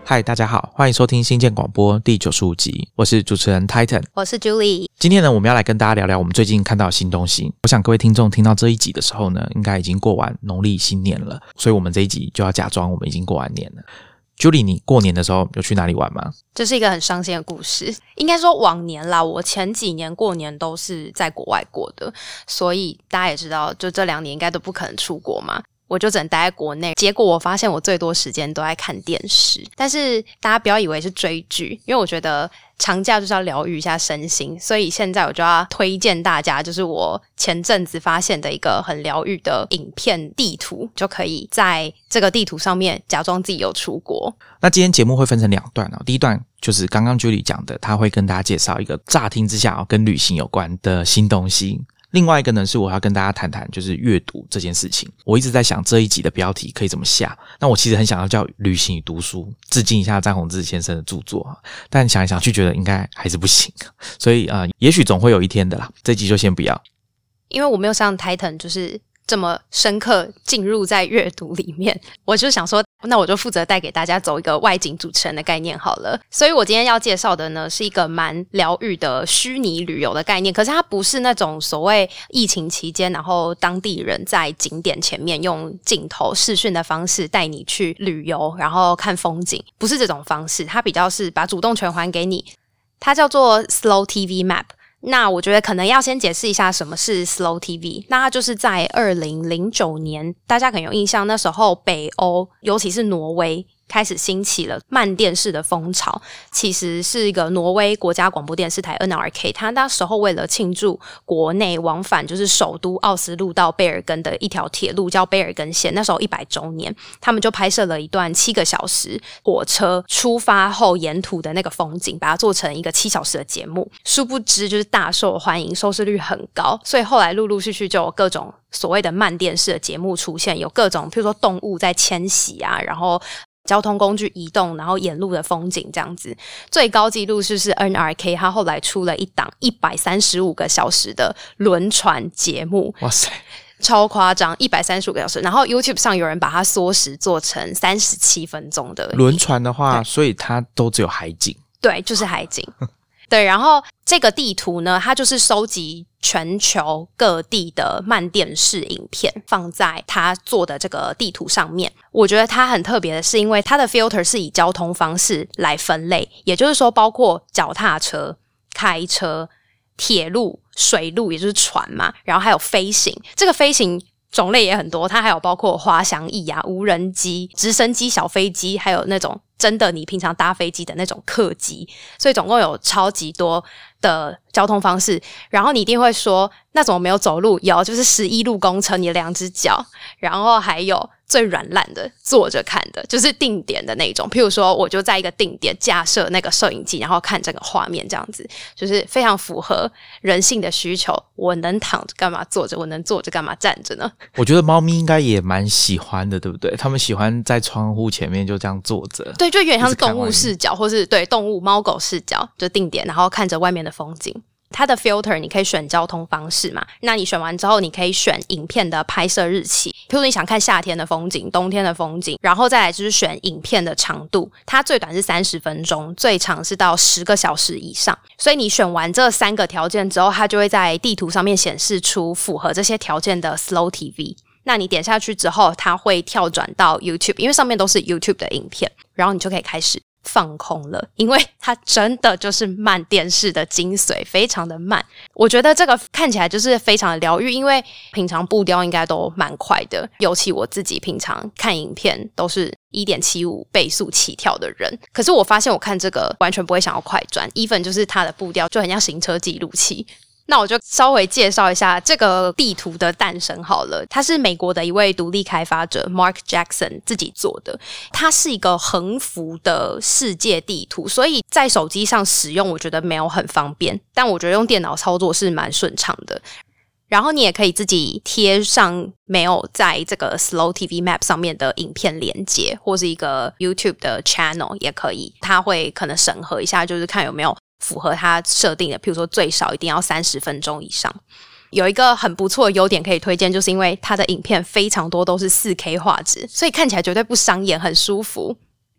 嗨，大家好，欢迎收听新建广播第95集，我是主持人 Titan， 我是 Julie。 今天呢，我们要来跟大家聊聊我们最近看到的新东西。我想各位听众听到这一集的时候呢，应该已经过完农历新年了，所以我们这一集就要假装我们已经过完年了。Julie， 你过年的时候有去哪里玩吗？ 这是一个很伤心的故事，应该说往年啦，我前几年过年都是在国外过的，所以大家也知道，就这2年应该都不可能出国嘛。我就只能待在国内，结果我发现我最多时间都在看电视。但是大家不要以为是追剧，因为我觉得长假就是要疗愈一下身心，所以现在我就要推荐大家，就是我前阵子发现的一个很疗愈的影片地图，就可以在这个地图上面假装自己有出国。 那今天节目会分成2段哦，第一段就是刚刚 Julie 讲的，他会跟大家介绍一个乍听之下跟旅行有关的新东西。另外一个呢，是我要跟大家谈谈就是阅读这件事情。我一直在想这一集的标题可以怎么下，那我其实很想要叫旅行与读书，致敬一下张宏志先生的著作，但想一想去觉得应该还是不行，所以也许总会有一天的啦，这集就先不要。 因为我没有像 Titan 就是这么深刻进入在阅读里面，我就想说那我就负责带给大家走一个外景主持人的概念好了。所以我今天要介绍的呢，是一个蛮疗愈的虚拟旅游的概念，可是它不是那种所谓疫情期间然后当地人在景点前面用镜头视讯的方式带你去旅游然后看风景，不是这种方式，它比较是把主动权还给你，它叫做 Slow TV Map。那我觉得可能要先解释一下什么是 Slow TV。那它就是在2009年，大家可能有印象，那时候北欧尤其是挪威开始兴起了慢电视的风潮，其实是一个挪威国家广播电视台 NRK， 它那时候为了庆祝国内往返就是首都奥斯陆到贝尔根的一条铁路叫贝尔根线，那时候100周年，他们就拍摄了一段7个小时火车出发后沿途的那个风景，把它做成一个7小时的节目，殊不知就是大受欢迎，收视率很高，所以后来陆陆续续就有各种所谓的慢电视的节目出现，有各种譬如说动物在迁徙啊，然后交通工具移动，然后沿路的风景这样子。最高纪录是 NRK 他后来出了一档135个小时的轮船节目， 哇塞， 超夸张，135个小时。然后 YouTube 上有人把它缩时做成37分钟的轮船的话，所以它都只有海景。 对，就是海景。对，然后这个地图呢，它就是收集全球各地的慢电视影片，放在它做的这个地图上面。我觉得它很特别的是，因为它的 filter 是以交通方式来分类，也就是说包括脚踏车、开车、铁路、水路，也就是船嘛，然后还有飞行。这个飞行种类也很多，它还有包括滑翔翼啊、无人机、直升机、小飞机，还有那种真的你平常搭飞机的那种客机，所以总共有超级多的交通方式。然后你一定会说，那怎么没有走路？有，就是11路公车，你的2只脚，然后还有最软烂的坐着看的，就是定点的那种。譬如说我就在一个定点架设那个摄影机，然后看整个画面，这样子就是非常符合人性的需求。我能躺着干嘛坐着，我能坐着干嘛站着呢？ 我觉得猫咪应该也蛮喜欢的，对不对？他们喜欢在窗户前面就这样坐着， 对，就有点像是动物视角，或是对动物猫狗视角，就定点然后看着外面的风景。它的 filter 你可以选交通方式嘛，那你选完之后你可以选影片的拍摄日期，譬如你想看夏天的风景、冬天的风景，然后再来就是选影片的长度，它最短是30分钟，最长是到10个小时以上。所以你选完这3个条件之后，它就会在地图上面显示出符合这些条件的 Slow TV。那你点下去之后，它会跳转到 YouTube， 因为上面都是 YouTube 的影片，然后你就可以开始放空了，因为它真的就是慢电视的精髓，非常的慢。我觉得这个看起来就是非常的疗愈，因为平常步调应该都蛮快的，尤其我自己平常看影片都是1.75倍速起跳的人，可是我发现我看这个完全不会想要快转 even 就是它的步调就很像行车记录器。那我就稍微介绍一下这个地图的诞生好了。它是美国的一位独立开发者 Mark Jackson 自己做的，它是一个横幅的世界地图，所以在手机上使用我觉得没有很方便，但我觉得用电脑操作是蛮顺畅的。然后你也可以自己贴上没有在这个 Slow TV Map 上面的影片连结，或是一个 YouTube 的 channel 也可以，它会可能审核一下，就是看有没有符合它设定的，譬如说最少一定要30分钟以上。有一个很不错的优点可以推荐，就是因为它的影片非常多都是 4K 画质，所以看起来绝对不伤眼，很舒服。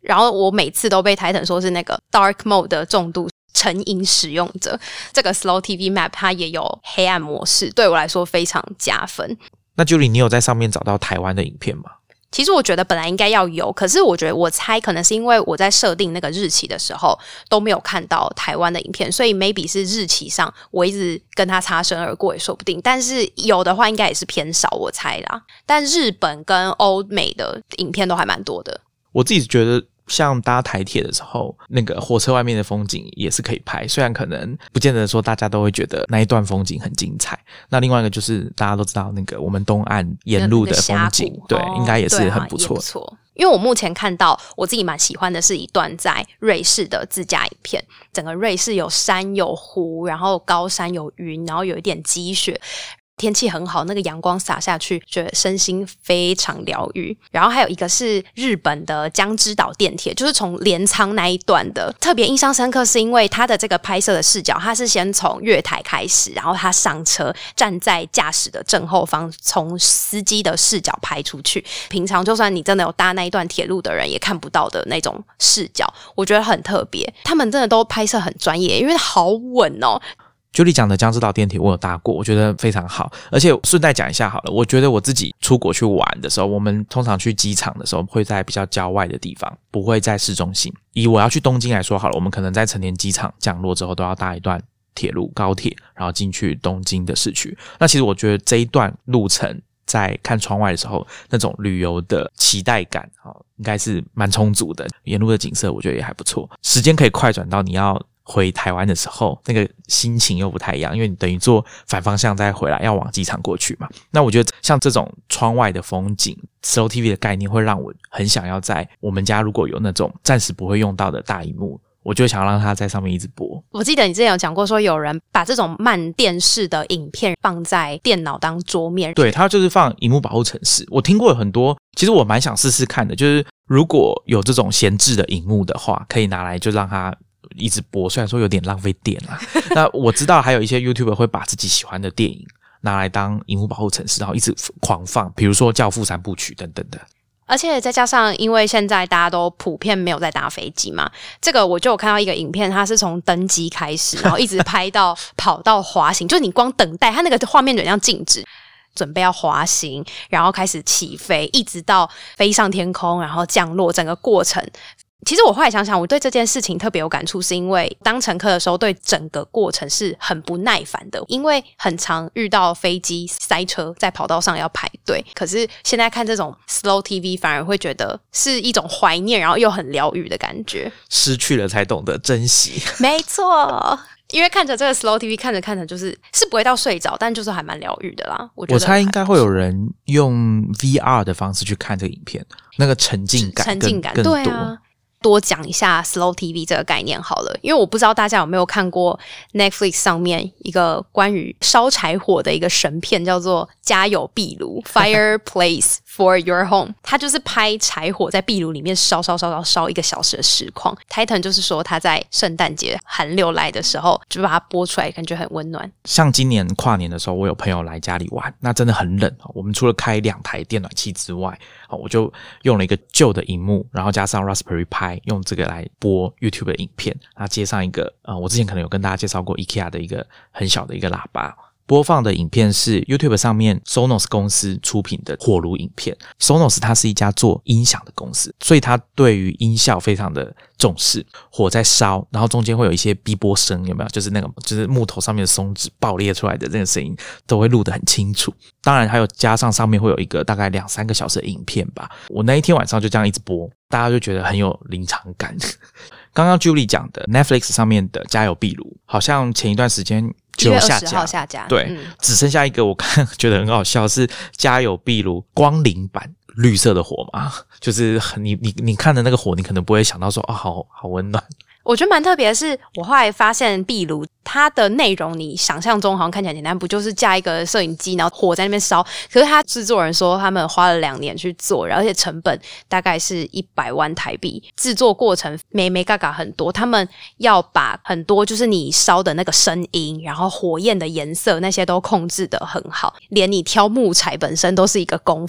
然后我每次都被 Titan 说是那个 Dark Mode 的重度成瘾使用者。这个 Slow TV Map 它也有黑暗模式，对我来说非常加分。 那 Julie 你有在上面找到台湾的影片吗？ 其实我觉得本来应该要有，可是我猜可能是因为我在设定那个日期的时候都没有看到台湾的影片，所以 maybe 是日期上我一直跟它擦身而过也说不定，但是有的话应该也是偏少我猜啦。但日本跟欧美的影片都还蛮多的。 我自己觉得像搭台铁的时候，那个火车外面的风景也是可以拍，虽然可能不见得说大家都会觉得那一段风景很精彩。那另外一个就是大家都知道那个我们东岸沿路的风景，对，应该也是很不错。 因为我目前看到我自己蛮喜欢的是一段在瑞士的自驾影片，整个瑞士有山有湖，然后高山有云，然后有一点积雪，天气很好，那个阳光洒下去，觉得身心非常疗愈。然后还有一个是日本的江之岛电铁，就是从镰仓那一段的，特别印象深刻是因为它的这个拍摄的视角，它是先从月台开始，然后他上车站在驾驶的正后方，从司机的视角拍出去，平常就算你真的有搭那一段铁路的人也看不到的那种视角，我觉得很特别。他们真的都拍摄很专业，因为好稳哦。 Julie 讲的江之岛电铁我有搭过，我觉得非常好。而且顺带讲一下好了，我觉得我自己出国去玩的时候，我们通常去机场的时候会在比较郊外的地方，不会在市中心。以我要去东京来说好了，我们可能在成田机场降落之后都要搭一段铁路高铁，然后进去东京的市区。那其实我觉得这一段路程在看窗外的时候，那种旅游的期待感应该是蛮充足的，沿路的景色我觉得也还不错。时间可以快转到你要回台湾的时候，那个心情又不太一样，因为你等于坐反方向再回来，要往机场过去嘛。那我觉得像这种窗外的风景 Slow TV 的概念会让我很想要在我们家如果有那种暂时不会用到的大萤幕，我就想要让它在上面一直播。 我记得你之前有讲过说有人把这种慢电视的影片放在电脑当桌面， 对，它就是放萤幕保护程式。我听过有很多，其实我蛮想试试看的，就是如果有这种闲置的萤幕的话，可以拿来就让它一直播，虽然说有点浪费电啦。那我知道还有一些 YouTuber 会把自己喜欢的电影拿来当萤幕保护程式，然后一直狂放，比如说教父3部曲等等的。 而且再加上因为现在大家都普遍没有在搭飞机嘛，这个我就有看到一个影片，它是从登机开始，然后一直拍到跑到滑行，就你光等待它那个画面就这样静止，准备要滑行，然后开始起飞，一直到飞上天空，然后降落，整个过程。其实我后来想想，我对这件事情特别有感触，是因为当乘客的时候对整个过程是很不耐烦的，因为很常遇到飞机塞车，在跑道上要排队。可是现在看这种 Slow TV 反而会觉得是一种怀念，然后又很疗愈的感觉。 失去了才懂得珍惜。 没错。因为看着这个 Slow TV 看着看着是不会到睡着，但就是还蛮疗愈的啦。我猜应该会有人用 VR 的方式去看这个影片，那个沉浸感更多。 对啊，多讲一下 Slow TV 这个概念好了，因为我不知道大家有没有看过 Netflix 上面一个关于烧柴火的一个神片，叫做家有壁炉 Fireplace for Your Home。 它就是拍柴火在壁炉里面烧1个小时的实况。 Titan 就是说他在圣诞节寒流来的时候就把它播出来，感觉很温暖。 像今年跨年的时候，我有朋友来家里玩，那真的很冷，我们除了开2台电暖气之外，我就用了一个旧的萤幕，然后加上 Raspberry Pi， 用这个来播 YouTube 的影片，然后接上一个我之前可能有跟大家介绍过 IKEA 的一个很小的一个喇叭。播放的影片是 YouTube 上面 Sonos 公司出品的火炉影片。Sonos 它是一家做音响的公司，所以它对于音效非常的重视。火在烧，然后中间会有一些逼波声，有没有？就是那个就是木头上面的松脂爆裂出来的这个声音都会录得很清楚。当然还有加上上面会有一个大概2-3个小时的影片吧。我那一天晚上就这样一直播，大家就觉得很有临场感。刚刚 Julie 讲的 Netflix 上面的家有壁炉，好像前一段时间就有下 1月20号下架， 对，只剩下一个我看觉得很好笑，是家有壁炉光灵版绿色的火嘛，就是你看的那个火，你可能不会想到说好温暖。 我觉得蛮特别的是，我后来发现壁炉它的内容你想象中好像看起来简单，不就是架一个摄影机然后火在那边烧，可是他制作人说他们花了2年去做，而且成本大概是100万台币，制作过程眉角角很多，他们要把很多就是你烧的那个声音，然后火焰的颜色那些都控制得很好，连你挑木材本身都是一个功夫。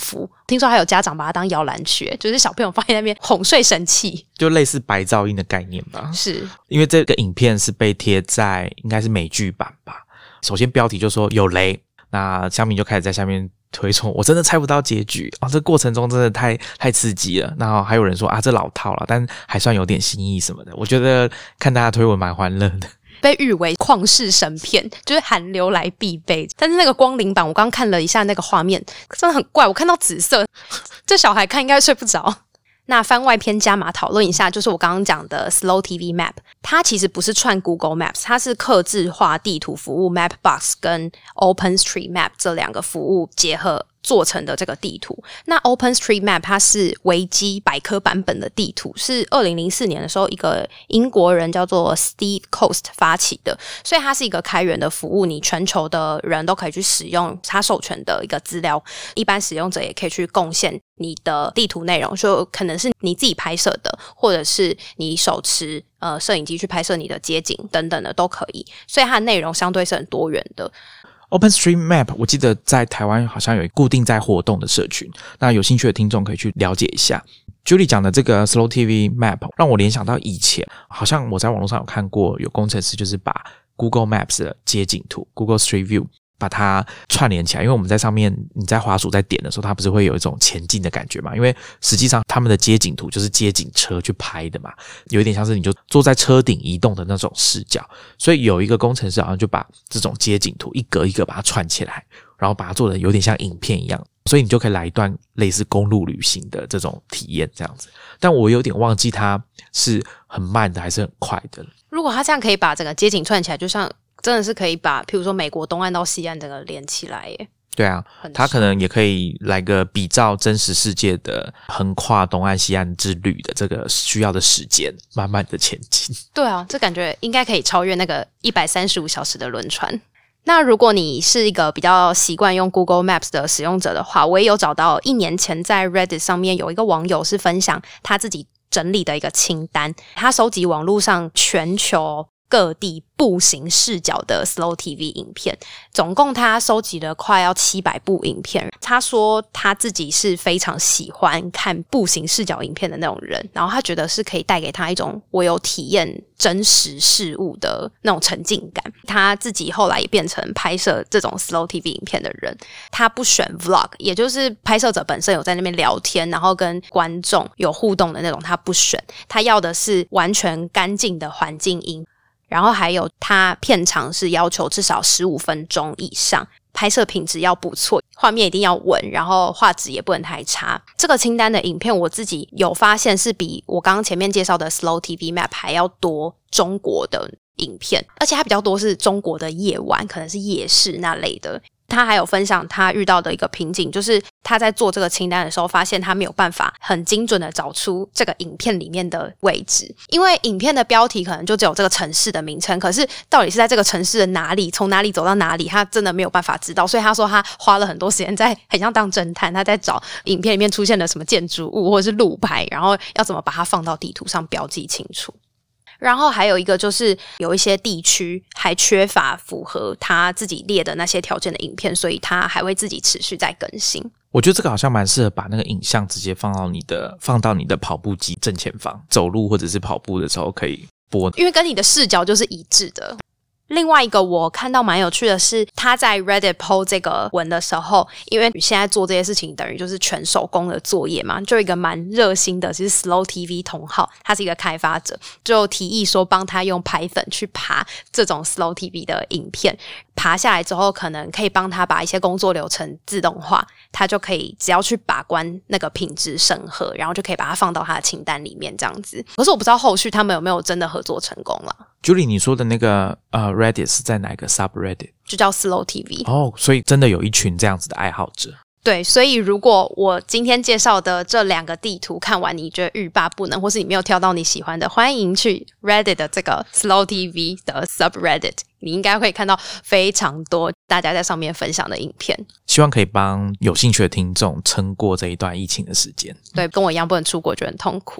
听说还有家长把它当摇篮区，就是小朋友放在那边哄睡神器， 就类似白噪音的概念吧。 是因为这个影片是被贴在应该是美剧版吧。首先标题就说有雷，那乡民就开始在下面推崇，我真的猜不到结局啊！这过程中真的太刺激了。然后还有人说啊，这老套了，但还算有点新意什么的。我觉得看大家推文蛮欢乐的。 被誉为旷世神片，就是韩流来必备。但是那个光灵版，我刚看了一下那个画面，真的很怪。我看到紫色，这小孩看应该睡不着。那番外篇加码讨论一下，就是我刚刚讲的 Slow TV Map， 它其实不是串 Google Maps， 它是客制化地图服务 Mapbox 跟 OpenStreetMap 这两个服务结合做成的这个地图。那 OpenStreetMap 它是维基百科版本的地图，是2004年的时候一个英国人叫做 Steve Coast 发起的，所以它是一个开源的服务，你全球的人都可以去使用它授权的一个资料，一般使用者也可以去贡献你的地图内容，就可能是你自己拍摄的，或者是你手持摄影机去拍摄你的街景等等的都可以，所以它的内容相对是很多元的。 OpenStreetMap 我记得在台湾好像有固定在活动的社群，那有兴趣的听众可以去了解一下。Julie 讲的这个 Slow TV Map 让我联想到以前好像我在网络上有看过有工程师就是把 Google Maps 的街景图 Google Street View把它串联起来，因为我们在上面你在滑鼠在点的时候它不是会有一种前进的感觉嘛，因为实际上他们的街景图就是街景车去拍的嘛，有一点像是你就坐在车顶移动的那种视角，所以有一个工程师好像就把这种街景图一格一格把它串起来，然后把它做的有点像影片一样，所以你就可以来一段类似公路旅行的这种体验这样子。但我有点忘记它是很慢的还是很快的。 如果它这样可以把整个街景串起来，就像真的是可以把譬如说美国东岸到西岸整个连起来耶。 对啊，它可能也可以来个比照真实世界的横跨东岸西岸之旅的这个需要的时间慢慢的前进。 对啊，这感觉应该可以超越那个135小时的轮船。那如果你是一个比较习惯用 Google Maps 的使用者的话，我也有找到1年前在 Reddit 上面有一个网友是分享他自己整理的一个清单，他收集网络上全球各地步行视角的 Slow TV 影片，总共他收集了快要700部影片。他说他自己是非常喜欢看步行视角影片的那种人，然后他觉得是可以带给他一种我有体验真实事物的那种沉浸感。他自己后来也变成拍摄这种 Slow TV 影片的人，他不选 Vlog， 也就是拍摄者本身有在那边聊天然后跟观众有互动的那种，他不选，他要的是完全干净的环境音，然后还有他片长是要求至少15分钟以上，拍摄品质要不错，画面一定要稳，然后画质也不能太差。这个清单的影片我自己有发现是比我刚刚前面介绍的 Slow TV Map 还要多中国的影片，而且它比较多是中国的夜晚，可能是夜市那类的。他还有分享他遇到的一个瓶颈，就是他在做这个清单的时候发现他没有办法很精准的找出这个影片里面的位置，因为影片的标题可能就只有这个城市的名称，可是到底是在这个城市的哪里，从哪里走到哪里，他真的没有办法知道。所以他说他花了很多时间在很像当侦探，他在找影片里面出现的什么建筑物或者是路牌，然后要怎么把它放到地图上标记清楚。然后还有一个就是有一些地区还缺乏符合他自己列的那些条件的影片，所以他还会自己持续在更新。 我觉得这个好像蛮适合把那个影像直接放到你的跑步机正前方，走路或者是跑步的时候可以播， 因为跟你的视角就是一致的。另外一个我看到蛮有趣的是，他在 Reddit po 这个文的时候，因为现在做这些事情等于就是全手工的作业嘛，就有一个蛮热心的就是 Slow TV 同好，他是一个开发者，就提议说帮他用 Python 去爬这种 Slow TV 的影片，爬下来之后可能可以帮他把一些工作流程自动化，他就可以只要去把关那个品质审核，然后就可以把它放到他的清单里面这样子。可是我不知道后续他们有没有真的合作成功了。 Julie 你说的那个Reddit 是在哪个 subreddit？ 就叫 Slow TV。 哦，所以真的有一群这样子的爱好者。 对，所以如果我今天介绍的这2个地图看完你觉得欲罢不能，或是你没有挑到你喜欢的，欢迎去 Reddit 的这个 Slow TV 的 subreddit， 你应该会看到非常多大家在上面分享的影片， 希望可以帮有兴趣的听众撑过这一段疫情的时间。 对，跟我一样不能出国就很痛苦。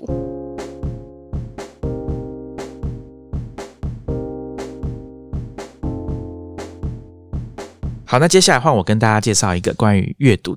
好，那接下来换我跟大家介绍一个关于阅读的 App。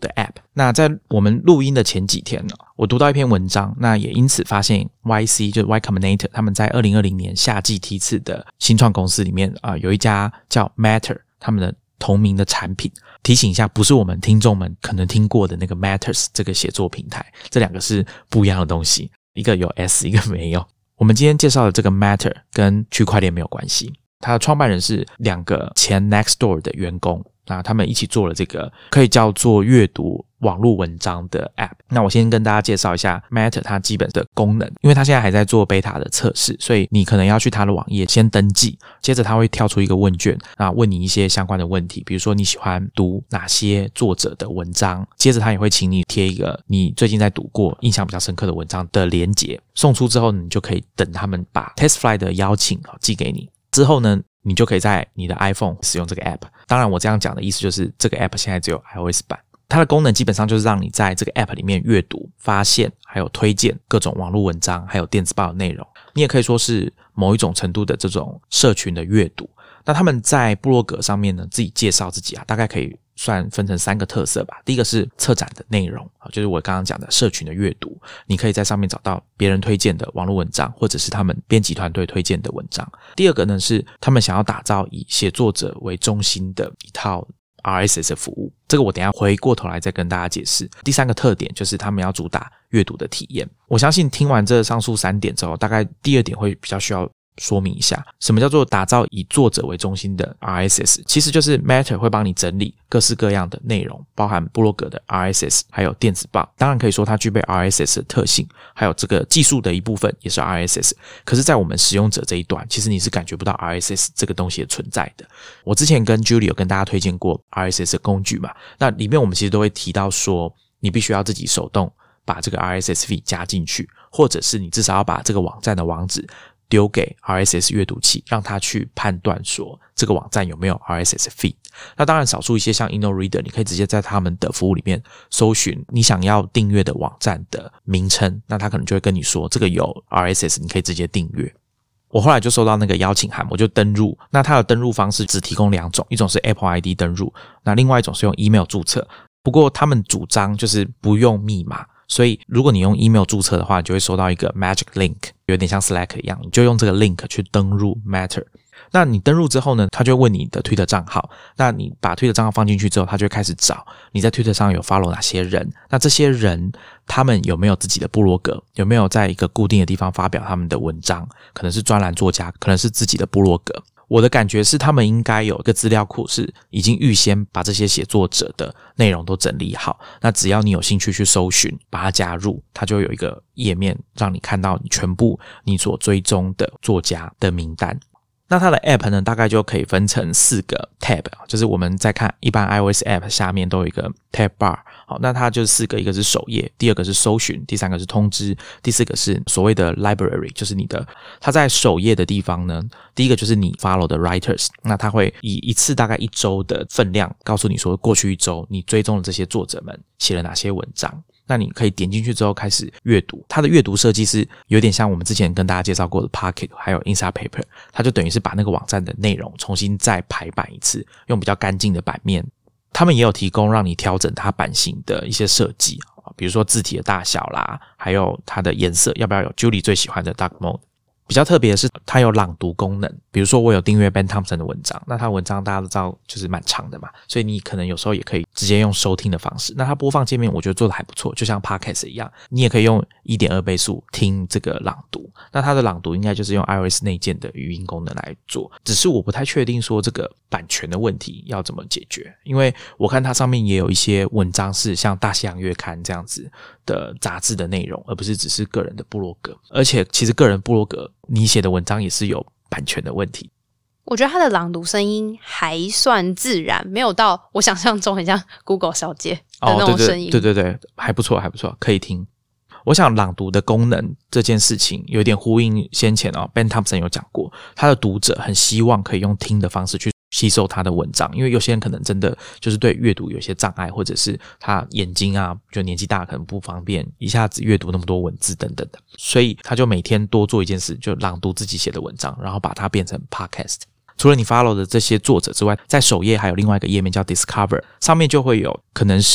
那在我们录音的前几天呢，我读到一篇文章，那也因此发现 YC 就是 Y Combinator 他们在2020年夏季梯次的新创公司里面有一家叫 Matter 他们的同名的产品。提醒一下，不是我们听众们可能听过的那个 Matters 这个写作平台，这两个是不一样的东西，一个有 S 一个没有。我们今天介绍的这个 Matter 跟区块链没有关系，它的创办人是2个前 Nextdoor 的员工，那他们一起做了这个可以叫做阅读网络文章的 App。 那我先跟大家介绍一下 Matter 它基本的功能，因为它现在还在做 beta 的测试，所以你可能要去它的网页先登记，接着它会跳出一个问卷，问你一些相关的问题，比如说你喜欢读哪些作者的文章，接着它也会请你贴一个你最近在读过印象比较深刻的文章的连结，送出之后你就可以等他们把 TestFlight 的邀请寄给你，之后呢你就可以在你的 iPhone 使用这个 App。 当然我这样讲的意思就是这个 App 现在只有 iOS 版，它的功能基本上就是让你在这个 App 里面阅读、发现还有推荐各种网络文章还有电子报的内容，你也可以说是某一种程度的这种社群的阅读。那他们在部落格上面呢自己介绍自己大概可以算分成3个特色吧。第一个是策展的内容，就是我刚刚讲的社群的阅读，你可以在上面找到别人推荐的网络文章，或者是他们编辑团队推荐的文章。第二个呢是他们想要打造以写作者为中心的一套 RSS 的服务，这个我等一下回过头来再跟大家解释。第3个特点就是他们要主打阅读的体验。我相信听完这上述3点之后，大概第2点会比较需要说明一下什么叫做打造以作者为中心的 RSS。 其实就是 Matter 会帮你整理各式各样的内容，包含部落格的 RSS 还有电子报，当然可以说它具备 RSS 的特性，还有这个技术的一部分也是 RSS。 可是在我们使用者这一端，其实你是感觉不到 RSS 这个东西的存在的。我之前跟 Julie 有跟大家推荐过 RSS 的工具嘛，那里面我们其实都会提到说你必须要自己手动把这个 RSS feed 加进去，或者是你至少要把这个网站的网址丢给 RSS 阅读器，让它去判断说这个网站有没有 RSS feed。 那当然少数一些像 InnoReader 你可以直接在他们的服务里面搜寻你想要订阅的网站的名称，那他可能就会跟你说这个有 RSS 你可以直接订阅。我后来就收到那个邀请函，我就登入，那它的登入方式只提供2种，一种是 Apple ID 登入，那另外一种是用 email 注册。不过他们主张就是不用密码，所以如果你用 email 注册的话，你就会收到一个 magic link， 有点像 Slack 一样，你就用这个 link 去登入 Matter。 那你登入之后呢，他就会问你的 Twitter 账号，那你把 Twitter 账号放进去之后，他就会开始找你在 Twitter 上有 follow 哪些人，那这些人他们有没有自己的部落格，有没有在一个固定的地方发表他们的文章，可能是专栏作家，可能是自己的部落格。我的感觉是他们应该有一个资料库是已经预先把这些写作者的内容都整理好，那只要你有兴趣去搜寻把它加入，它就会有一个页面让你看到你全部你所追踪的作家的名单。那它的 App 呢大概就可以分成4个 Tab， 就是我们在看一般 iOS App 下面都有一个 Tab Bar。 好，那它就是4个，一个是首页，第2个是搜寻，第3个是通知，第4个是所谓的 Library， 就是你的它在首页的地方呢，第一个就是你 follow 的 writers， 那它会以一次大概1周的分量告诉你说过去1周你追踪的这些作者们写了哪些文章，那你可以点进去之后开始阅读。它的阅读设计是有点像我们之前跟大家介绍过的 Pocket 还有 Inside Paper， 它就等于是把那个网站的内容重新再排版一次，用比较干净的版面。他们也有提供让你调整它版型的一些设计，比如说字体的大小啦，还有它的颜色要不要有 Julie 最喜欢的 Dark Mode。比较特别的是它有朗读功能，比如说我有订阅 Ben Thompson 的文章，那他的文章大家都知道就是蛮长的嘛，所以你可能有时候也可以直接用收听的方式，那它播放界面我觉得做得还不错，就像 Podcast 一样，你也可以用 1.2 倍速听这个朗读，那它的朗读应该就是用 iOS 内建的语音功能来做，只是我不太确定说这个版权的问题要怎么解决，因为我看它上面也有一些文章是像大西洋月刊这样子的杂志的内容，而不是只是个人的部落格，而且其实个人部落格你写的文章也是有版权的问题。 我觉得他的朗读声音还算自然，没有到我想象中很像 Google 小姐的那种声音。 对，还不错还不错，可以听。我想朗读的功能这件事情有点呼应先前Ben Thompson 有讲过，他的读者很希望可以用听的方式去吸收他的文章，因为有些人可能真的就是对阅读有些障碍，或者是他眼睛就年纪大可能不方便一下子阅读那么多文字等等的，所以他就每天多做一件事，就朗读自己写的文章，然后把它变成 podcast。除了你 follow 的这些作者之外，在首页还有另外一个页面叫 Discover， 上面就会有可能是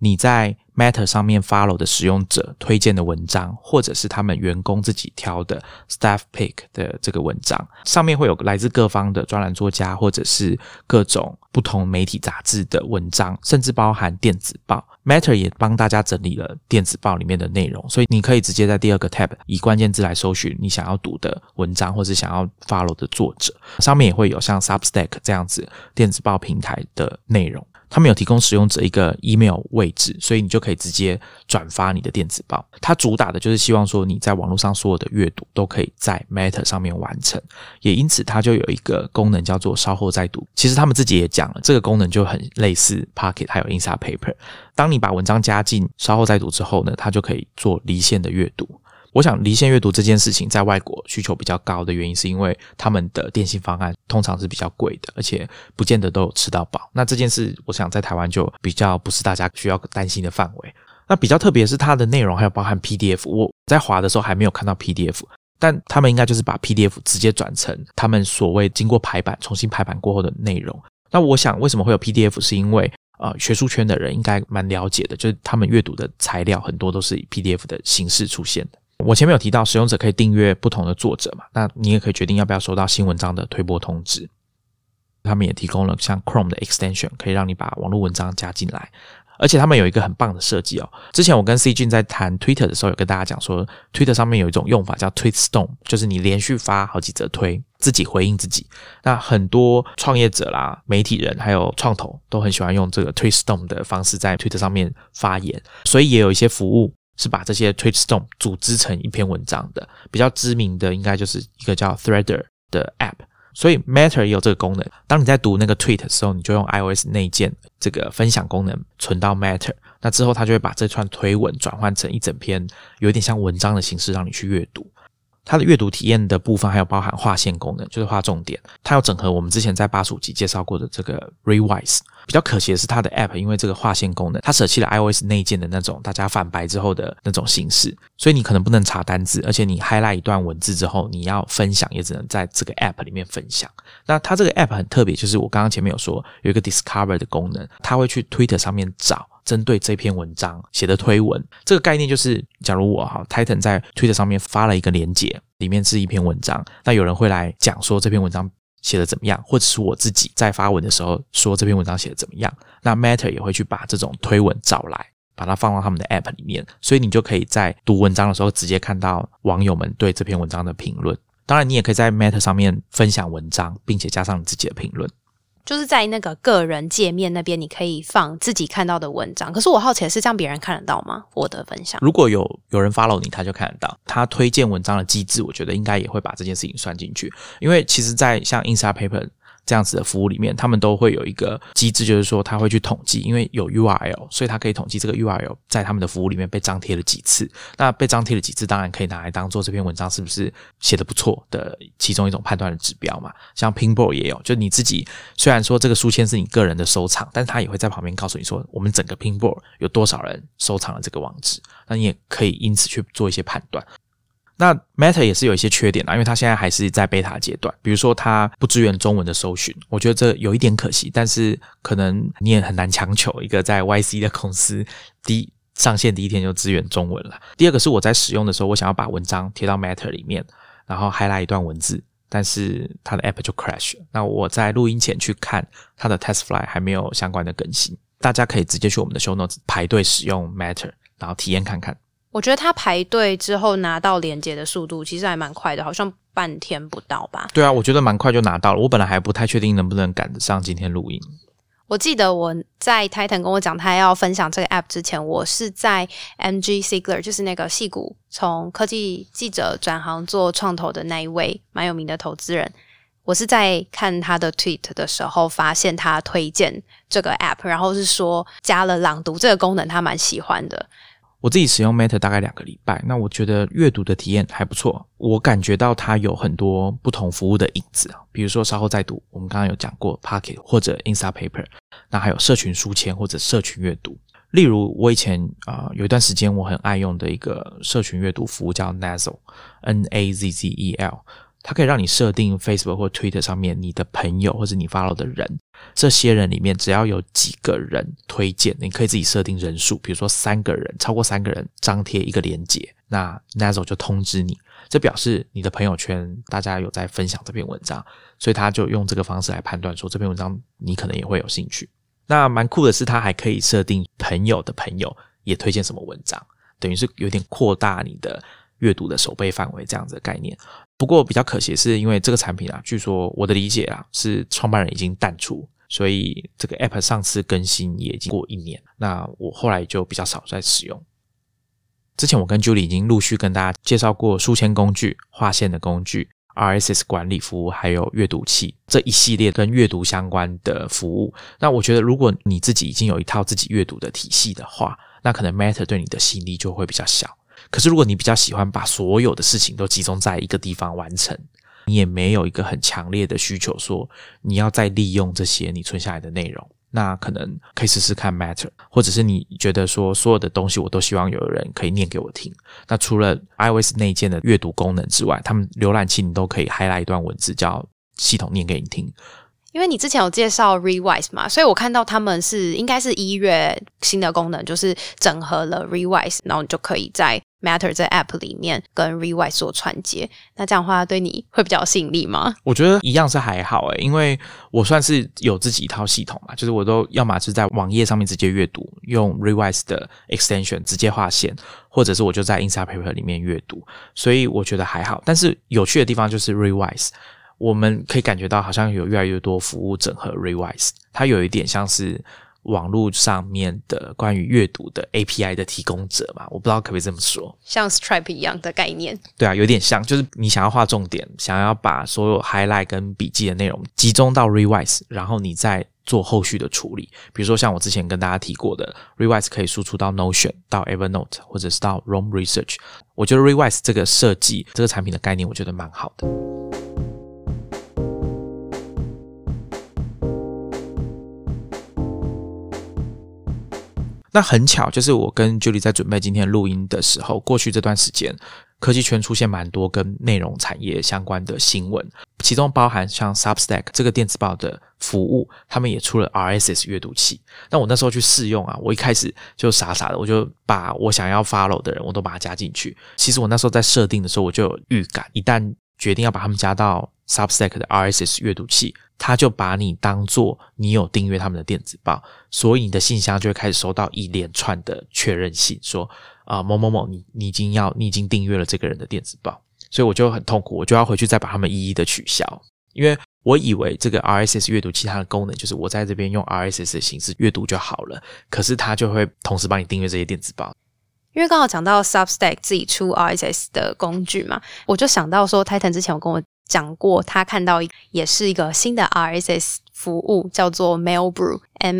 你在 Matter 上面 follow 的使用者推荐的文章，或者是他们员工自己挑的 staff pick 的这个文章，上面会有来自各方的专栏作家，或者是各种不同媒体杂志的文章，甚至包含电子报。Matter 也帮大家整理了电子报里面的内容，所以你可以直接在第二个 tab 以关键字来搜寻你想要读的文章，或是想要 follow 的作者。上面也会有像 Substack 这样子电子报平台的内容，他们有提供使用者一个 email 位置，所以你就可以直接转发你的电子报。它主打的就是希望说你在网络上所有的阅读都可以在 Matter 上面完成，也因此它就有一个功能叫做稍后再读。其实他们自己也讲了，这个功能就很类似 Pocket 还有 Instapaper。当你把文章加进稍后再读之后呢，它就可以做离线的阅读。我想离线阅读这件事情在外国需求比较高的原因，是因为他们的电信方案通常是比较贵的，而且不见得都有吃到饱。那这件事我想在台湾就比较不是大家需要担心的范围。那比较特别是它的内容还有包含 PDF， 我在滑的时候还没有看到 PDF， 但他们应该就是把 PDF 直接转成他们所谓经过排版重新排版过后的内容。那我想为什么会有 PDF， 是因为学术圈的人应该蛮了解的，就是他们阅读的材料很多都是以 PDF 的形式出现的。我前面有提到使用者可以订阅不同的作者嘛，那你也可以决定要不要收到新文章的推播通知。他们也提供了像 Chrome 的 extension， 可以让你把网络文章加进来。而且他们有一个很棒的设计哦。之前我跟 C 君在谈 Twitter 的时候，有跟大家讲说 Twitter 上面有一种用法叫 Tweet Storm， 就是你连续发好几则推，自己回应自己。那很多创业者啦、媒体人还有创投都很喜欢用这个 Tweet Storm 的方式在 Twitter 上面发言，所以也有一些服务是把这些 Tweet Storm 组织成一篇文章的。比较知名的应该就是一个叫 Threader 的 App， 所以 Matter 也有这个功能。当你在读那个 tweet 的时候，你就用 iOS 内建这个分享功能存到 Matter， 那之后它就会把这串推文转换成一整篇有点像文章的形式让你去阅读。它的阅读体验的部分还有包含划线功能，就是划重点。它有整合我们之前在85集介绍过的这个 Rewise。比较可惜的是它的 App 因为这个划线功能，它舍弃了 iOS 内建的那种大家反白之后的那种形式，所以你可能不能查单字，而且你 highlight 一段文字之后你要分享也只能在这个 App 里面分享。那它这个 App 很特别，就是我刚刚前面有说有一个 Discover 的功能，它会去 Twitter 上面找针对这篇文章写的推文。这个概念就是假如我Titan 在 Twitter 上面发了一个连结，里面是一篇文章，那有人会来讲说这篇文章写得怎么样，或者是我自己在发文的时候说这篇文章写得怎么样，那 Matter 也会去把这种推文找来，把它放到他们的 App 里面，所以你就可以在读文章的时候直接看到网友们对这篇文章的评论。当然你也可以在 Matter 上面分享文章，并且加上你自己的评论。 就是在那个个人界面那边你可以放自己看到的文章，可是我好奇的是这样别人看得到吗？我的分享如果有人 follow 你，他就看得到。他推荐文章的机制我觉得应该也会把这件事情算进去，因为其实在像 Instapaper 这样子的服务里面，他们都会有一个机制，就是说他会去统计，因为有 URL， 所以他可以统计这个 URL 在他们的服务里面被张贴了几次。那被张贴了几次当然可以拿来当做这篇文章是不是写得不错的其中一种判断的指标嘛。像 Pinboard 也有，就你自己虽然说这个书签是你个人的收藏，但是他也会在旁边告诉你说我们整个 Pinboard 有多少人收藏了这个网址，那你也可以因此去做一些判断。那 Matter 也是有一些缺点因为它现在还是在 beta 阶段，比如说它不支援中文的搜寻，我觉得这有一点可惜，但是可能你也很难强求一个在 YC 的公司上线第一天就支援中文了。第二个是我在使用的时候，我想要把文章贴到 Matter 里面，然后 highlight 一段文字，但是它的 app 就 crash 了。那我在录音前去看它的 TestFlight 还没有相关的更新，大家可以直接去我们的 show notes 排队使用 Matter， 然后体验看看。 我觉得他排队之后拿到连结的速度其实还蛮快的，好像半天不到吧。 对啊，我觉得蛮快就拿到了。我本来还不太确定能不能赶得上今天录音。 我记得我在 Titan 跟我讲他要分享这个 app 之前，我是在 MG Sigler， 就是那个矽谷从科技记者转行做创投的那一位蛮有名的投资人，我是在看他的 tweet 的时候发现他推荐这个 app， 然后是说加了朗读这个功能他蛮喜欢的。 我自己使用 Matter 大概2个礼拜，那我觉得阅读的体验还不错。我感觉到它有很多不同服务的影子，比如说稍后再读，我们刚刚有讲过 Pocket 或者 Instapaper， 那还有社群书签或者社群阅读。例如我以前有一段时间我很爱用的一个社群阅读服务叫 Nazzle， N-A-Z-Z-E-L， 它可以让你设定 Facebook 或 Twitter 上面你的朋友或者你 follow 的人，这些人里面只要有几个人推荐，你可以自己设定人数，比如说3个人，超过3个人张贴一个连结，那 Nazzle 就通知你，这表示你的朋友圈大家有在分享这篇文章，所以他就用这个方式来判断说这篇文章你可能也会有兴趣。那蛮酷的是他还可以设定朋友的朋友也推荐什么文章，等于是有点扩大你的阅读的守备范围这样子的概念。不过比较可惜的是因为这个产品啊，据说我的理解啊是创办人已经淡出，所以这个 App 上次更新也已经过1年，那我后来就比较少在使用。之前我跟 Julie 已经陆续跟大家介绍过书签工具、划线的工具、RSS 管理服务还有阅读器这一系列跟阅读相关的服务。那我觉得如果你自己已经有一套自己阅读的体系的话，那可能 Matter 对你的吸引力就会比较小。可是如果你比较喜欢把所有的事情都集中在一个地方完成，你也没有一个很强烈的需求说你要再利用这些你存下来的内容，那可能可以试试看 Matter， 或者是你觉得说所有的东西我都希望有人可以念给我听，那除了 iOS 内建的阅读功能之外，他们浏览器你都可以 highlight 一段文字叫系统念给你听。 因为你之前有介绍 Rewise 嘛，所以我看到他们应该是1月新的功能，就是整合了 Rewise， 然后你就可以在 Matter 这 App 里面跟 Rewise 做串接。那这样的话对你会比较有吸引力吗？ 我觉得一样是还好因为我算是有自己一套系统嘛，就是我都要么是在网页上面直接阅读，用 Rewise 的 extension 直接划线，或者是我就在 Instapaper 里面阅读，所以我觉得还好。但是有趣的地方就是 Rewise，我们可以感觉到好像有越来越多服务整合 Rewise， 它有一点像是网络上面的关于阅读的 API 的提供者嘛，我不知道可不可以这么说， 像 Stripe 一样的概念。 对啊，有点像，就是你想要画重点，想要把所有 highlight 跟笔记的内容集中到 Rewise， 然后你再做后续的处理。比如说像我之前跟大家提过的 Rewise 可以输出到 Notion 到 Evernote 或者是到 Roam Research， 我觉得 Rewise 这个设计这个产品的概念我觉得蛮好的。那很巧，就是我跟 Julie 在准备今天录音的时候，过去这段时间科技圈出现蛮多跟内容产业相关的新闻，其中包含像 Substack 这个电子报的服务，他们也出了 RSS 阅读器。那我那时候去试用啊，我一开始就傻傻的，我就把我想要 follow 的人我都把它加进去。其实我那时候在设定的时候我就有预感，一旦决定要把他们加到 Substack 的 RSS 阅读器，他就把你当作你有订阅他们的电子报，所以你的信箱就会开始收到一连串的确认信，说某某某你已经订阅了这个人的电子报。所以我就很痛苦，我就要回去再把他们一一的取消，因为我以为这个 RSS 阅读器它的功能就是我在这边用 RSS 的形式阅读就好了，可是它就会同时帮你订阅这些电子报。 因为刚好讲到 Substack 自己出 RSS 的工具嘛，我就想到说 Titan 之前有跟我讲过，他看到也是一个新的 RSS 服务叫做 Mailbrew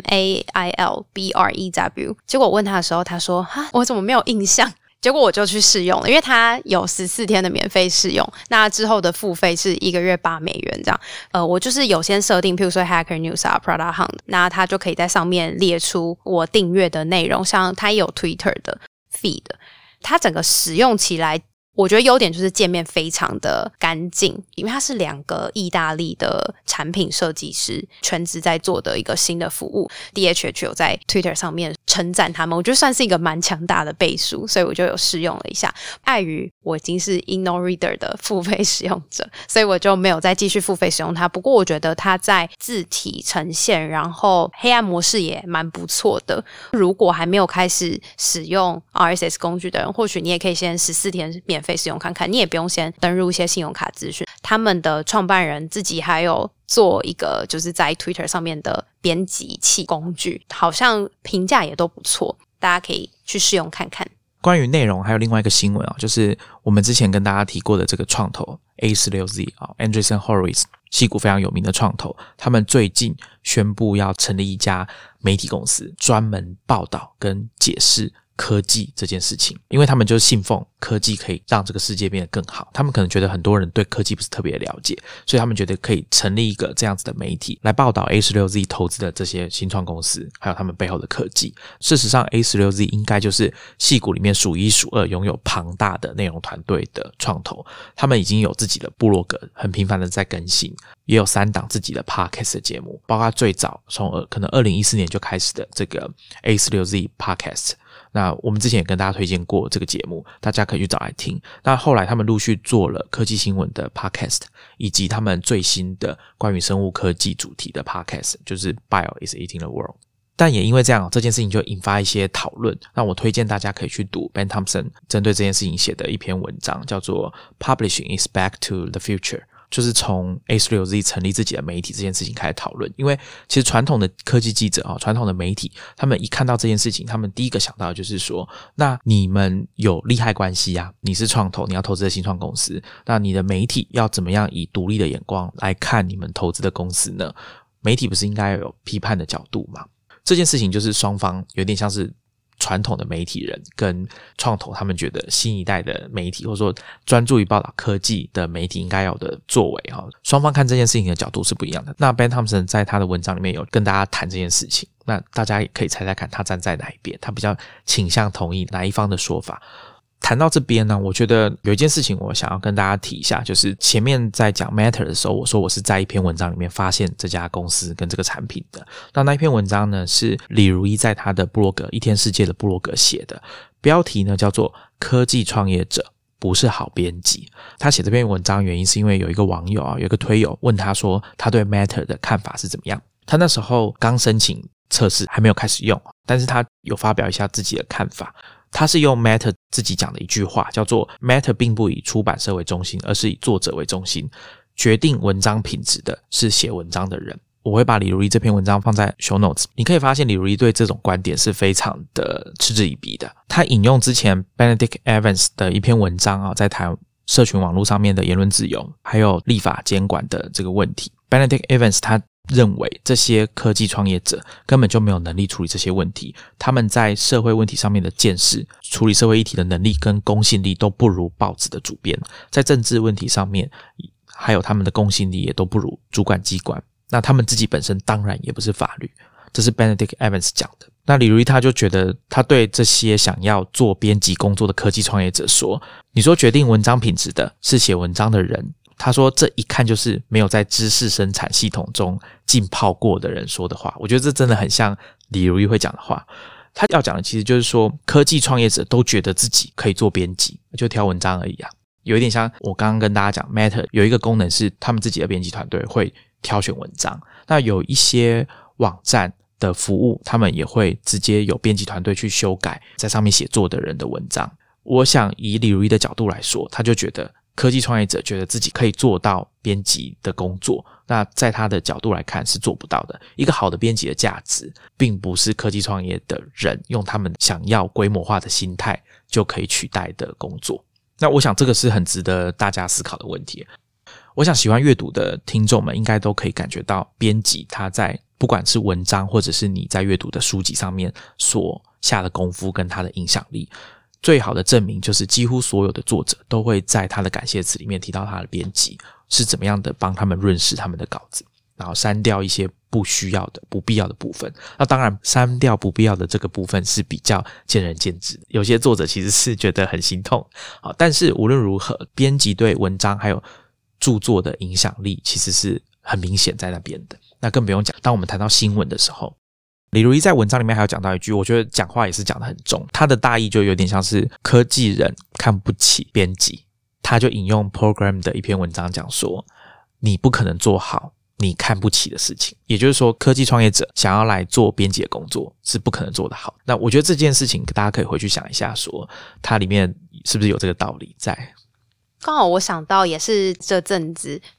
MAILBREW， 结果我问他的时候他说我怎么没有印象，结果我就去试用了，因为它有14天的免费试用，那之后的付费是1个月$8这样。我就是有先设定，譬如说 Hacker News 啊 Product Hunt， 那它就可以在上面列出我订阅的内容，像它也有 Twitter 的 feed， 它整个使用起来我觉得优点就是界面非常的干净，因为它是2个意大利的产品设计师全职在做的一个新的服务。 DHH 有在 Twitter 上面称赞他们，我觉得算是一个蛮强大的背书，所以我就有试用了一下。碍于我已经是 InnoReader 的付费使用者，所以我就没有再继续付费使用它。不过我觉得它在字体呈现然后黑暗模式也蛮不错的，如果还没有开始使用 RSS 工具的人，或许你也可以先14天免费使用看看，你也不用先登入一些信用卡资讯。他们的创办人自己还有做一个就是在 Twitter 上面的编辑器工具，好像评价也都不错，大家可以去试用看看。 关于内容还有另外一个新闻就是我们之前跟大家提过的这个创投 A16Z Andreessen Horowitz 矽谷非常有名的创投，他们最近宣布要成立一家媒体公司，专门报道跟解释科技这件事情，因为他们就信奉科技可以让这个世界变得更好，他们可能觉得很多人对科技不是特别了解，所以他们觉得可以成立一个这样子的媒体来报道 A16Z 投资的这些新创公司还有他们背后的科技。事实上 A16Z 应该就是矽谷里面数一数二拥有庞大的内容团队的创投，他们已经有自己的部落格，很频繁的在更新，也有3档自己的 podcast 的节目，包括最早从可能2014年就开始的这个 A16Z podcast，那我们之前也跟大家推荐过这个节目，大家可以去找来听。那后来他们陆续做了科技新闻的 podcast， 以及他们最新的关于生物科技主题的 podcast， 就是 Bio is eating the world。但也因为这样，这件事情就引发一些讨论。那我推荐大家可以去读 Ben Thompson 针对这件事情写的一篇文章，叫做 Publishing is back to the future，就是从 A16Z 成立自己的媒体这件事情开始讨论。因为其实传统的科技记者传统的媒体，他们一看到这件事情，他们第一个想到的就是说，那你们有利害关系啊，你是创投，你要投资的新创公司，那你的媒体要怎么样以独立的眼光来看你们投资的公司呢？媒体不是应该有批判的角度吗？这件事情就是双方有点像是传统的媒体人跟创投，他们觉得新一代的媒体或者说专注于报道科技的媒体应该有的作为，双方看这件事情的角度是不一样的。那 Ben Thompson 在他的文章里面有跟大家谈这件事情，那大家也可以猜猜看他站在哪一边，他比较倾向同意哪一方的说法。谈到这边呢，我觉得有一件事情我想要跟大家提一下，就是前面在讲 Matter 的时候，我说我是在一篇文章里面发现这家公司跟这个产品的。那一篇文章呢是李如一在他的部落格一天世界的部落格写的，标题呢叫做科技创业者不是好编辑。他写这篇文章原因是因为有一个网友有一个推友问他说他对 Matter 的看法是怎么样。他那时候刚申请测试还没有开始用，但是他有发表一下自己的看法。他是用 Matter 自己讲的一句话，叫做 Matter 并不以出版社为中心，而是以作者为中心，决定文章品质的是写文章的人。我会把李如一这篇文章放在 show notes， 你可以发现李如一对这种观点是非常的嗤之以鼻的。他引用之前 Benedict Evans 的一篇文章在谈社群网络上面的言论自由还有立法监管的这个问题。 Benedict Evans 他认为这些科技创业者根本就没有能力处理这些问题，他们在社会问题上面的见识，处理社会议题的能力跟公信力都不如报纸的主编，在政治问题上面还有他们的公信力也都不如主管机关，那他们自己本身当然也不是法律，这是 Benedict Evans 讲的。那李如一他就觉得他对这些想要做编辑工作的科技创业者说，你说决定文章品质的是写文章的人，他说这一看就是没有在知识生产系统中浸泡过的人说的话。我觉得这真的很像李如一会讲的话。他要讲的其实就是说，科技创业者都觉得自己可以做编辑，就挑文章而已啊。有一点像我刚刚跟大家讲 Matter 有一个功能是他们自己的编辑团队会挑选文章，那有一些网站的服务他们也会直接有编辑团队去修改在上面写作的人的文章。我想以李如一的角度来说，他就觉得科技创业者觉得自己可以做到编辑的工作，那在他的角度来看是做不到的。一个好的编辑的价值并不是科技创业的人用他们想要规模化的心态就可以取代的工作。那我想这个是很值得大家思考的问题。我想喜欢阅读的听众们应该都可以感觉到，编辑他在不管是文章或者是你在阅读的书籍上面所下的功夫跟他的影响力。最好的证明就是几乎所有的作者都会在他的感谢词里面提到他的编辑是怎么样的帮他们润饰他们的稿子，然后删掉一些不需要的不必要的部分。那当然删掉不必要的这个部分是比较见仁见智的，有些作者其实是觉得很心痛，但是无论如何编辑对文章还有著作的影响力其实是很明显在那边的。那更不用讲当我们谈到新闻的时候，李如一在文章里面还有讲到一句，我觉得讲话也是讲得很重，他的大意就有点像是科技人看不起编辑。他就引用 Program 的一篇文章讲说，你不可能做好你看不起的事情，也就是说科技创业者想要来做编辑的工作是不可能做得好。那我觉得这件事情大家可以回去想一下，说它里面是不是有这个道理在。 刚好我想到也是这阵子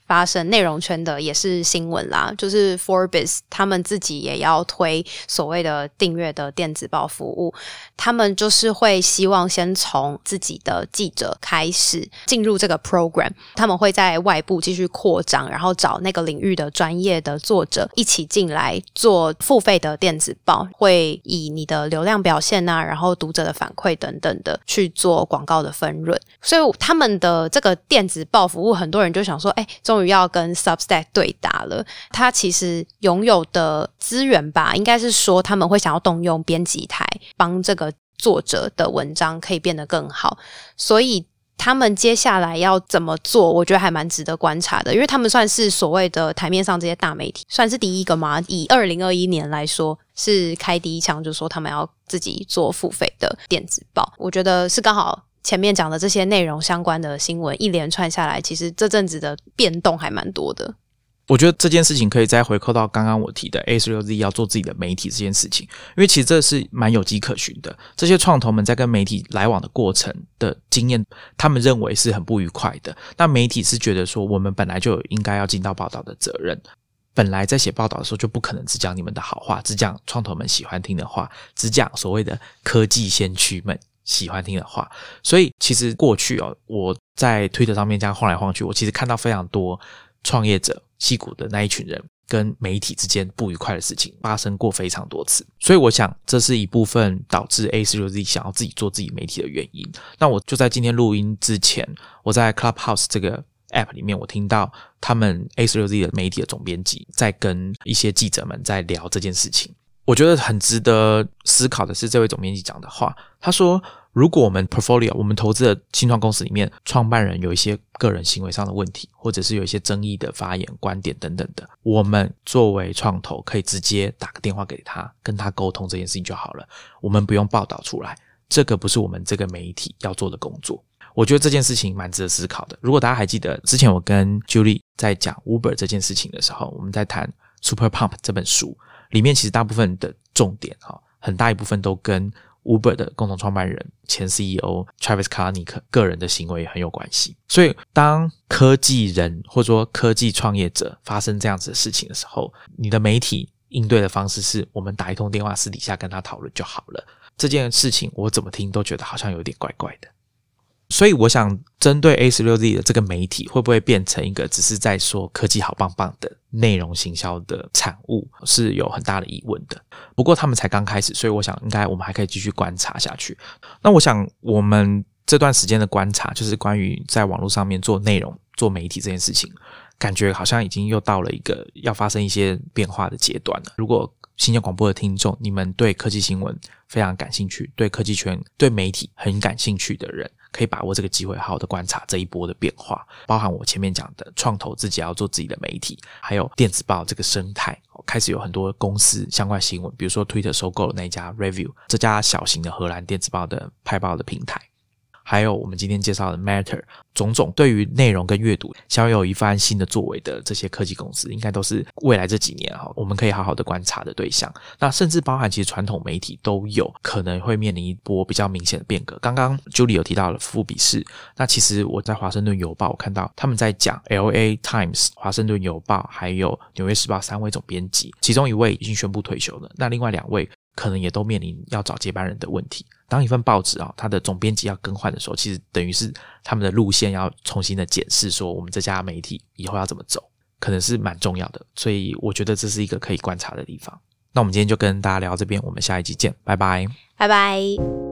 发生内容圈的也是新闻啦，就是 Forbes 他们自己也要推所谓的订阅的电子报服务，他们就是会希望先从自己的记者开始进入这个 program， 他们会在外部继续扩张，然后找那个领域的专业的作者一起进来做付费的电子报，会以你的流量表现啊，然后读者的反馈等等的去做广告的分润。所以他们的这个电子报服务，很多人就想说终于要跟 Substack 对打了。他其实拥有的资源吧，应该是说他们会想要动用编辑台帮这个作者的文章可以变得更好，所以他们接下来要怎么做，我觉得还蛮值得观察的，因为他们算是所谓的台面上这些大媒体算是第一个嘛，以2021年来说是开第一枪，就是说他们要自己做付费的电子报。我觉得是刚好前面讲的这些内容相关的新闻一连串下来，其实这阵子的变动还蛮多的。 我觉得这件事情可以再回扣到刚刚我提的 A16Z 要做自己的媒体这件事情，因为其实这是蛮有迹可循的。这些创投们在跟媒体来往的过程的经验，他们认为是很不愉快的。那媒体是觉得说，我们本来就有应该要尽到报道的责任，本来在写报道的时候就不可能只讲你们的好话，只讲创投们喜欢听的话，只讲所谓的科技先驱们喜欢听的话。所以其实过去我在 Twitter 上面这样晃来晃去，我其实看到非常多创业者矽谷的那一群人跟媒体之间不愉快的事情发生过非常多次，所以我想这是一部分导致 A16Z 想要自己做自己媒体的原因。那我就在今天录音之前，我在 Clubhouse 这个 app 里面，我听到他们 A16Z 的媒体的总编辑在跟一些记者们在聊这件事情。我觉得很值得思考的是这位总编辑讲的话，他说如果我们 portfolio 我们投资的新创公司里面创办人有一些个人行为上的问题，或者是有一些争议的发言观点等等的，我们作为创投可以直接打个电话给他，跟他沟通这件事情就好了，我们不用报道出来，这个不是我们这个媒体要做的工作。我觉得这件事情蛮值得思考的。如果大家还记得之前我跟 Julie 在讲 Uber 这件事情的时候，我们在谈 Super Pump 这本书里面，其实大部分的重点很大一部分都跟 Uber 的共同创办人前 CEO Travis Kalanick 个人的行为很有关系。所以当科技人或者说科技创业者发生这样子的事情的时候，你的媒体应对的方式是我们打一通电话私底下跟他讨论就好了。这件事情我怎么听都觉得好像有点怪怪的。所以我想针对 A16Z 的这个媒体会不会变成一个只是在说科技好棒棒的内容行销的产物，是有很大的疑问的。不过他们才刚开始，所以我想应该我们还可以继续观察下去。那我想我们这段时间的观察就是关于在网络上面做内容做媒体这件事情，感觉好像已经又到了一个要发生一些变化的阶段了。如果新疆广播的听众，你们对科技新闻非常感兴趣，对科技圈对媒体很感兴趣的人，可以把握这个机会好好的观察这一波的变化，包含我前面讲的创投自己要做自己的媒体，还有电子报这个生态开始有很多公司相关新闻，比如说 Twitter 收购了那家 Review 这家小型的荷兰电子报的派报的平台，还有我们今天介绍的 Matter， 种种对于内容跟阅读想要有一番新的作为的这些科技公司，应该都是未来这几年我们可以好好的观察的对象。那甚至包含其实传统媒体都有可能会面临一波比较明显的变革。刚刚 Julie 有提到了富比士，那其实我在华盛顿邮报我看到他们在讲 LA Times 华盛顿邮报还有纽约时报3位总编辑，其中一位已经宣布退休了，那另外2位可能也都面临要找接班人的问题。当一份报纸它的总编辑要更换的时候，其实等于是他们的路线要重新的检视，说我们这家媒体以后要怎么走，可能是蛮重要的。所以我觉得这是一个可以观察的地方。那我们今天就跟大家聊到这边，我们下一集见，拜拜， 拜拜。